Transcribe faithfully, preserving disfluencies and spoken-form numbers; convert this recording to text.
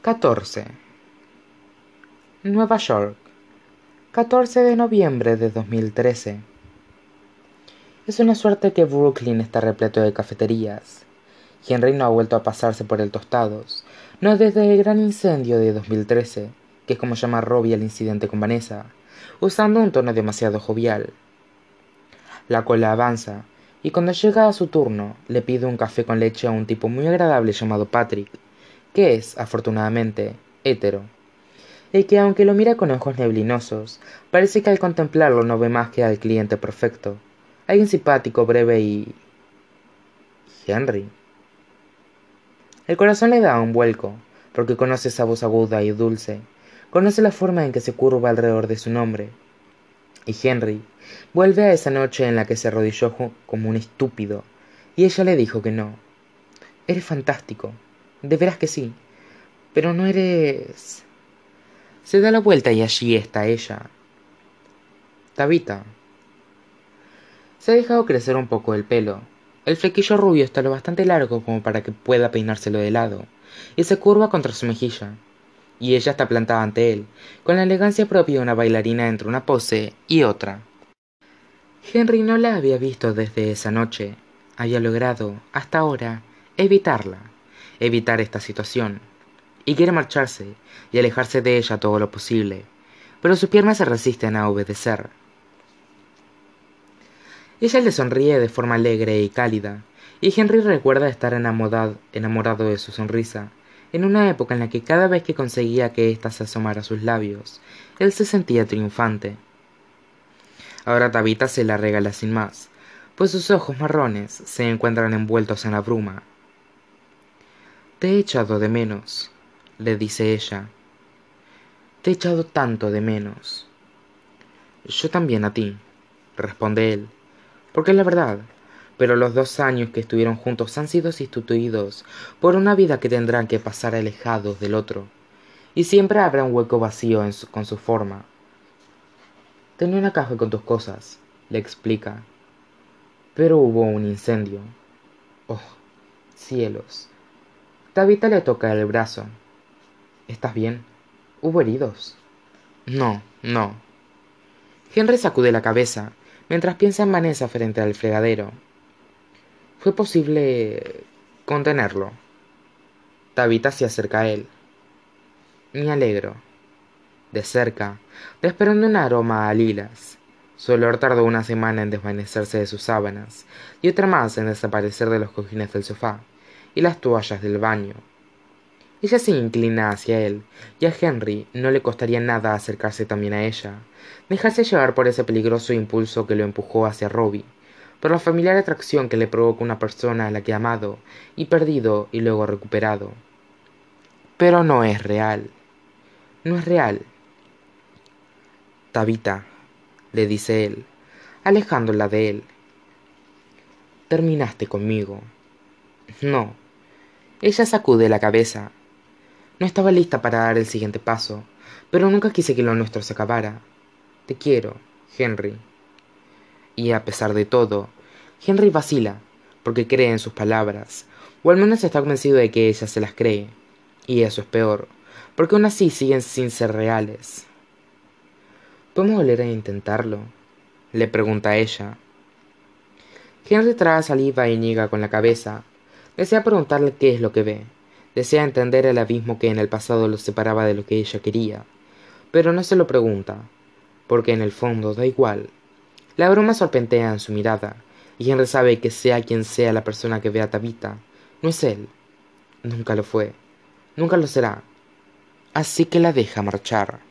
catorce. Nueva York, catorce de noviembre de dos mil trece. Es una suerte que Brooklyn está repleto de cafeterías. Henry no ha vuelto a pasarse por el Tostados, no desde el gran incendio de dos mil trece, que es como llama Robbie al incidente con Vanessa, usando un tono demasiado jovial. La cola avanza, y cuando llega a su turno, le pide un café con leche a un tipo muy agradable llamado Patrick, que es, afortunadamente, hétero, y que aunque lo mira con ojos neblinosos, parece que al contemplarlo no ve más que al cliente perfecto, alguien simpático, breve y... Henry. El corazón le da un vuelco, porque conoce esa voz aguda y dulce, conoce la forma en que se curva alrededor de su nombre. Y Henry vuelve a esa noche en la que se arrodilló como un estúpido, y ella le dijo que no. Eres fantástico, de veras que sí, pero no eres... Se da la vuelta y allí está ella. Tabitha. Se ha dejado crecer un poco el pelo. El flequillo rubio está lo bastante largo como para que pueda peinárselo de lado, y se curva contra su mejilla. Y ella está plantada ante él, con la elegancia propia de una bailarina entre una pose y otra. Henry no la había visto desde esa noche. Había logrado, hasta ahora, evitarla, evitar esta situación. Y quiere marcharse y alejarse de ella todo lo posible, pero sus piernas se resisten a obedecer. Ella le sonríe de forma alegre y cálida, y Henry recuerda estar enamorado, enamorado de su sonrisa, en una época en la que cada vez que conseguía que ésta se asomara a sus labios, él se sentía triunfante. Ahora Tabitha se la regala sin más, pues sus ojos marrones se encuentran envueltos en la bruma. «Te he echado de menos», le dice ella. «Te he echado tanto de menos». «Yo también a ti», responde él, porque es la verdad, pero los dos años que estuvieron juntos han sido sustituidos por una vida que tendrán que pasar alejados del otro, y siempre habrá un hueco vacío en su, con su forma. «Tenía una caja con tus cosas», le explica, «pero hubo un incendio». «Oh, cielos». Tabitha le toca el brazo. «¿Estás bien? ¿Hubo heridos?» «No, no». Henry sacude la cabeza, mientras piensa en Vanessa frente al fregadero. Fue posible contenerlo. Tabitha se acerca a él. Me alegro. De cerca, desprende un aroma a lilas. Su olor tardó una semana en desvanecerse de sus sábanas, y otra más en desaparecer de los cojines del sofá y las toallas del baño. Ella se inclina hacia él, y a Henry no le costaría nada acercarse también a ella, dejarse llevar por ese peligroso impulso que lo empujó hacia Robbie, por la familiar atracción que le provoca una persona a la que ha amado y perdido y luego recuperado. Pero no es real. No es real. Tabitha, le dice él, alejándola de él. Terminaste conmigo. No. Ella sacude la cabeza. No estaba lista para dar el siguiente paso, pero nunca quise que lo nuestro se acabara. Te quiero, Henry. Y a pesar de todo, Henry vacila, porque cree en sus palabras, o al menos está convencido de que ella se las cree, y eso es peor, porque aún así siguen sin ser reales. ¿Podemos volver a intentarlo?, le pregunta a ella. Henry traga saliva y niega con la cabeza. Desea preguntarle qué es lo que ve, desea entender el abismo que en el pasado los separaba de lo que ella quería, pero no se lo pregunta, porque en el fondo da igual. La broma serpentea en su mirada, y Henry sabe que sea quien sea la persona que vea a Tabitha, no es él. Nunca lo fue, nunca lo será. Así que la deja marchar.